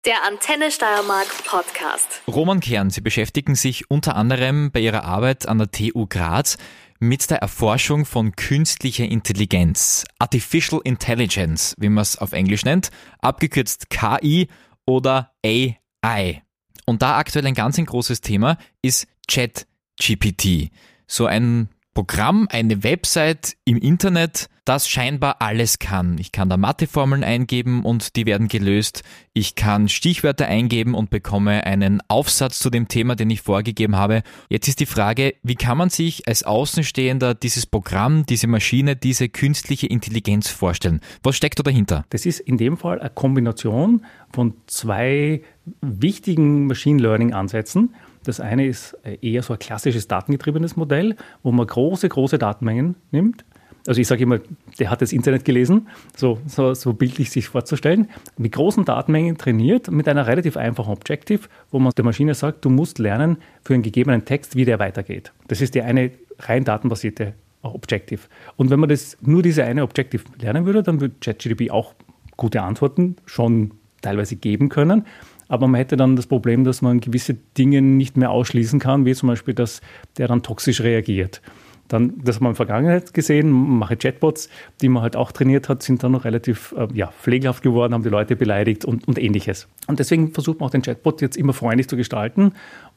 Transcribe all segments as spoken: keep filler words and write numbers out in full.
Der Antenne Steiermark Podcast. Roman Kern, Sie beschäftigen sich unter anderem bei Ihrer Arbeit an der T U Graz mit der Erforschung von künstlicher Intelligenz, Artificial Intelligence, wie man es auf Englisch nennt, abgekürzt K I oder A I. Und da aktuell ein ganz ein großes Thema ist ChatGPT. So ein Programm, eine Website im Internet, das scheinbar alles kann. Ich kann da Matheformeln eingeben und die werden gelöst. Ich kann Stichwörter eingeben und bekomme einen Aufsatz zu dem Thema, den ich vorgegeben habe. Jetzt ist die Frage, wie kann man sich als Außenstehender dieses Programm, diese Maschine, diese künstliche Intelligenz vorstellen? Was steckt da dahinter? Das ist in dem Fall eine Kombination von zwei wichtigen Machine Learning Ansätzen. Das eine ist eher so ein klassisches datengetriebenes Modell, wo man große, große Datenmengen nimmt. Also ich sage immer, der hat das Internet gelesen, so, so, so bildlich sich vorzustellen, mit großen Datenmengen trainiert, mit einer relativ einfachen Objective, wo man der Maschine sagt, du musst lernen für einen gegebenen Text, wie der weitergeht. Das ist die eine rein datenbasierte Objective. Und wenn man das, nur diese eine Objective lernen würde, dann würde ChatGPT auch gute Antworten schon teilweise geben können. Aber man hätte dann das Problem, dass man gewisse Dinge nicht mehr ausschließen kann, wie zum Beispiel, dass der dann toxisch reagiert. Dann, das haben wir in der Vergangenheit gesehen, mache Chatbots, die man halt auch trainiert hat, sind dann noch relativ äh, ja, pflegelhaft geworden, haben die Leute beleidigt und, und Ähnliches. Und deswegen versucht man auch den Chatbot jetzt immer freundlich zu gestalten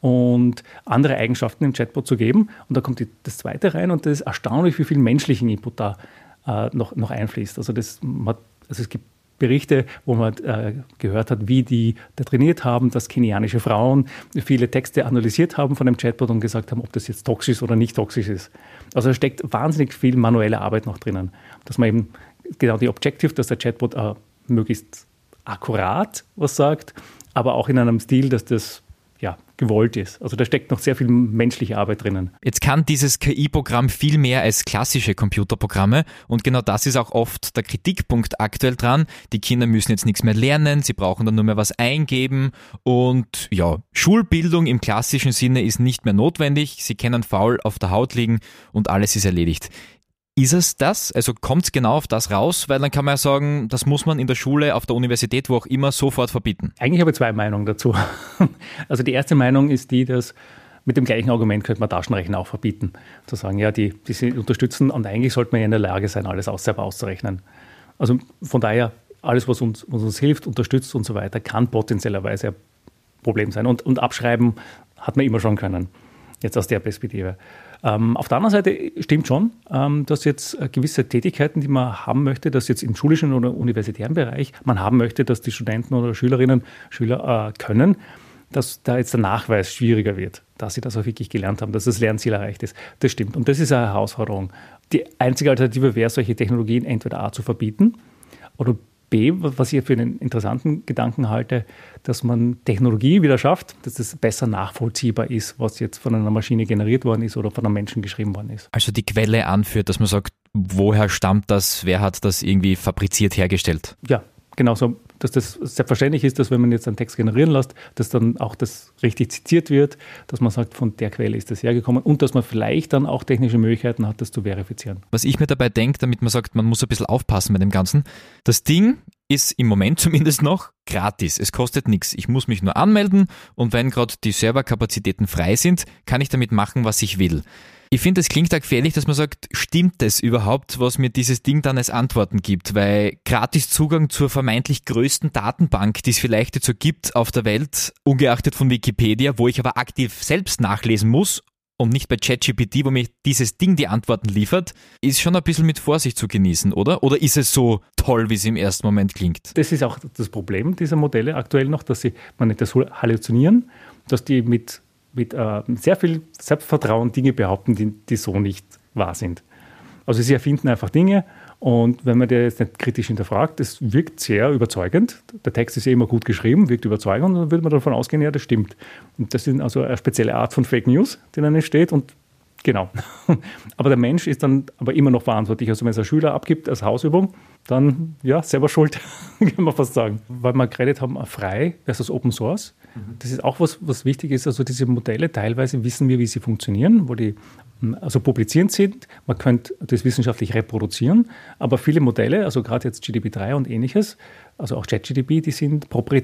und andere Eigenschaften im Chatbot zu geben. Und da kommt die, das Zweite rein und das ist erstaunlich, wie viel menschlichen Input da äh, noch, noch einfließt. Also, das, man, also es gibt Berichte, wo man äh, gehört hat, wie die da trainiert haben, dass kenianische Frauen viele Texte analysiert haben von dem Chatbot und gesagt haben, ob das jetzt toxisch oder nicht toxisch ist. Also da steckt wahnsinnig viel manuelle Arbeit noch drinnen. Dass man eben genau die Objective, dass der Chatbot äh, möglichst akkurat was sagt, aber auch in einem Stil, dass das ja, gewollt ist. Also da steckt noch sehr viel menschliche Arbeit drinnen. Jetzt kann dieses K I-Programm viel mehr als klassische Computerprogramme und genau das ist auch oft der Kritikpunkt aktuell dran. Die Kinder müssen jetzt nichts mehr lernen, sie brauchen dann nur mehr was eingeben und ja, Schulbildung im klassischen Sinne ist nicht mehr notwendig. Sie können faul auf der Haut liegen und alles ist erledigt. Ist es das? Also kommt es genau auf das raus? Weil dann kann man ja sagen, das muss man in der Schule, auf der Universität, wo auch immer, sofort verbieten. Eigentlich habe ich zwei Meinungen dazu. Also die erste Meinung ist die, dass mit dem gleichen Argument könnte man Taschenrechner auch verbieten. Zu sagen, ja, die, die sie unterstützen und eigentlich sollte man ja in der Lage sein, alles aus, selber auszurechnen. Also von daher, alles, was uns, was uns hilft, unterstützt und so weiter, kann potenziellerweise ein Problem sein. Und, und abschreiben hat man immer schon können, jetzt aus der Perspektive. Ähm, auf der anderen Seite stimmt schon, ähm, dass jetzt äh, gewisse Tätigkeiten, die man haben möchte, dass jetzt im schulischen oder universitären Bereich man haben möchte, dass die Studenten oder Schülerinnen, Schüler äh, können, dass da jetzt der Nachweis schwieriger wird, dass sie das auch wirklich gelernt haben, dass das Lernziel erreicht ist. Das stimmt und das ist eine Herausforderung. Die einzige Alternative wäre, solche Technologien entweder A zu verbieten oder B, was ich für einen interessanten Gedanken halte, dass man Technologie wieder schafft, dass es besser nachvollziehbar ist, was jetzt von einer Maschine generiert worden ist oder von einem Menschen geschrieben worden ist. Also die Quelle anführt, dass man sagt, woher stammt das, wer hat das irgendwie fabriziert, hergestellt? Ja, genau so, dass das selbstverständlich ist, dass wenn man jetzt einen Text generieren lässt, dass dann auch das richtig zitiert wird, dass man sagt, von der Quelle ist das hergekommen und dass man vielleicht dann auch technische Möglichkeiten hat, das zu verifizieren. Was ich mir dabei denke, damit man sagt, man muss ein bisschen aufpassen mit dem Ganzen, das Ding ist im Moment zumindest noch gratis. Es kostet nichts. Ich muss mich nur anmelden und wenn gerade die Serverkapazitäten frei sind, kann ich damit machen, was ich will. Ich finde, es klingt auch gefährlich, dass man sagt, stimmt es überhaupt, was mir dieses Ding dann als Antworten gibt? Weil gratis Zugang zur vermeintlich größten Datenbank, die es vielleicht jetzt so gibt auf der Welt, ungeachtet von Wikipedia, wo ich aber aktiv selbst nachlesen muss und nicht bei ChatGPT, wo mir dieses Ding die Antworten liefert, ist schon ein bisschen mit Vorsicht zu genießen, oder? Oder ist es so toll, wie es im ersten Moment klingt? Das ist auch das Problem dieser Modelle aktuell noch, dass sie, man nennt das Halluzinieren, dass die mit mit äh, sehr viel Selbstvertrauen Dinge behaupten, die, die so nicht wahr sind. Also sie erfinden einfach Dinge und wenn man die jetzt nicht kritisch hinterfragt, das wirkt sehr überzeugend. Der Text ist ja immer gut geschrieben, wirkt überzeugend und dann würde man davon ausgehen, ja, das stimmt. Und das ist also eine spezielle Art von Fake News, die dann entsteht und genau. Aber der Mensch ist dann aber immer noch verantwortlich. Also wenn es ein Schüler abgibt als Hausübung, dann ja, selber schuld, kann man fast sagen. Weil wir geredet haben, frei versus Open Source. Das ist auch was, was wichtig ist. Also diese Modelle, teilweise wissen wir, wie sie funktionieren, wo die also publizierend sind. Man könnte das wissenschaftlich reproduzieren, aber viele Modelle, also gerade jetzt G D P drei und ähnliches, also auch ChatGPT, die sind proprietär.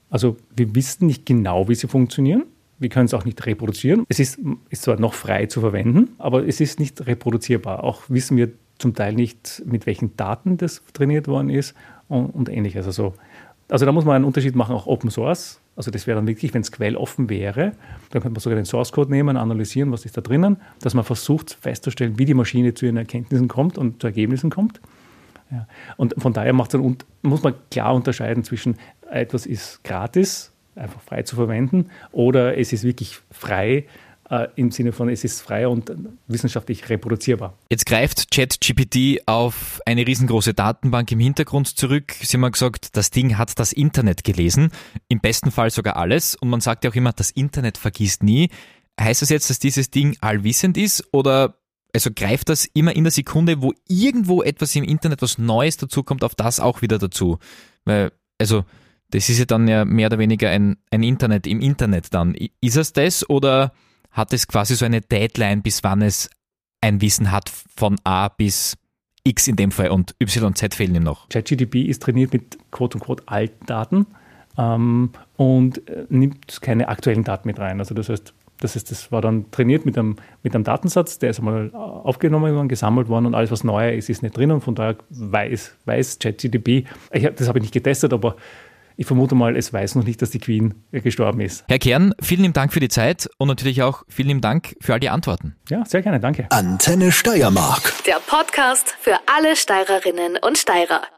Also wir wissen nicht genau, wie sie funktionieren. Wir können es auch nicht reproduzieren. Es ist, ist zwar noch frei zu verwenden, aber es ist nicht reproduzierbar. Auch wissen wir zum Teil nicht, mit welchen Daten das trainiert worden ist und, und ähnliches. Also, also da muss man einen Unterschied machen, auch Open Source. Also das wäre dann wirklich, wenn es quelloffen wäre, dann könnte man sogar den Source Code nehmen, analysieren, was ist da drinnen, dass man versucht festzustellen, wie die Maschine zu ihren Erkenntnissen kommt und zu Ergebnissen kommt. Ja. Und von daher macht's dann, muss man klar unterscheiden zwischen etwas ist gratis, einfach frei zu verwenden, oder es ist wirklich frei, äh, im Sinne von es ist frei und wissenschaftlich reproduzierbar. Jetzt greift ChatGPT auf eine riesengroße Datenbank im Hintergrund zurück. Sie haben ja gesagt, das Ding hat das Internet gelesen, im besten Fall sogar alles. Und man sagt ja auch immer, das Internet vergisst nie. Heißt das jetzt, dass dieses Ding allwissend ist, oder also greift das immer in der Sekunde, wo irgendwo etwas im Internet, was Neues dazukommt, auf das auch wieder dazu? Weil, also, das ist ja dann ja mehr oder weniger ein, ein Internet im Internet dann. Ist es das, oder hat es quasi so eine Deadline, bis wann es ein Wissen hat von A bis X in dem Fall und Y und Z fehlen ihm noch? ChatGPT ist trainiert mit quote-unquote alten Daten ähm, und äh, nimmt keine aktuellen Daten mit rein. Also das heißt, Das, ist, das war dann trainiert mit einem, mit einem Datensatz, der ist einmal aufgenommen worden, gesammelt worden und alles, was neuer ist, ist nicht drin. Und von daher weiß, weiß ChatGPT, ich hab, das habe ich nicht getestet, aber ich vermute mal, es weiß noch nicht, dass die Queen gestorben ist. Herr Kern, vielen lieben Dank für die Zeit und natürlich auch vielen lieben Dank für all die Antworten. Ja, sehr gerne, danke. Antenne Steiermark. Der Podcast für alle Steirerinnen und Steirer.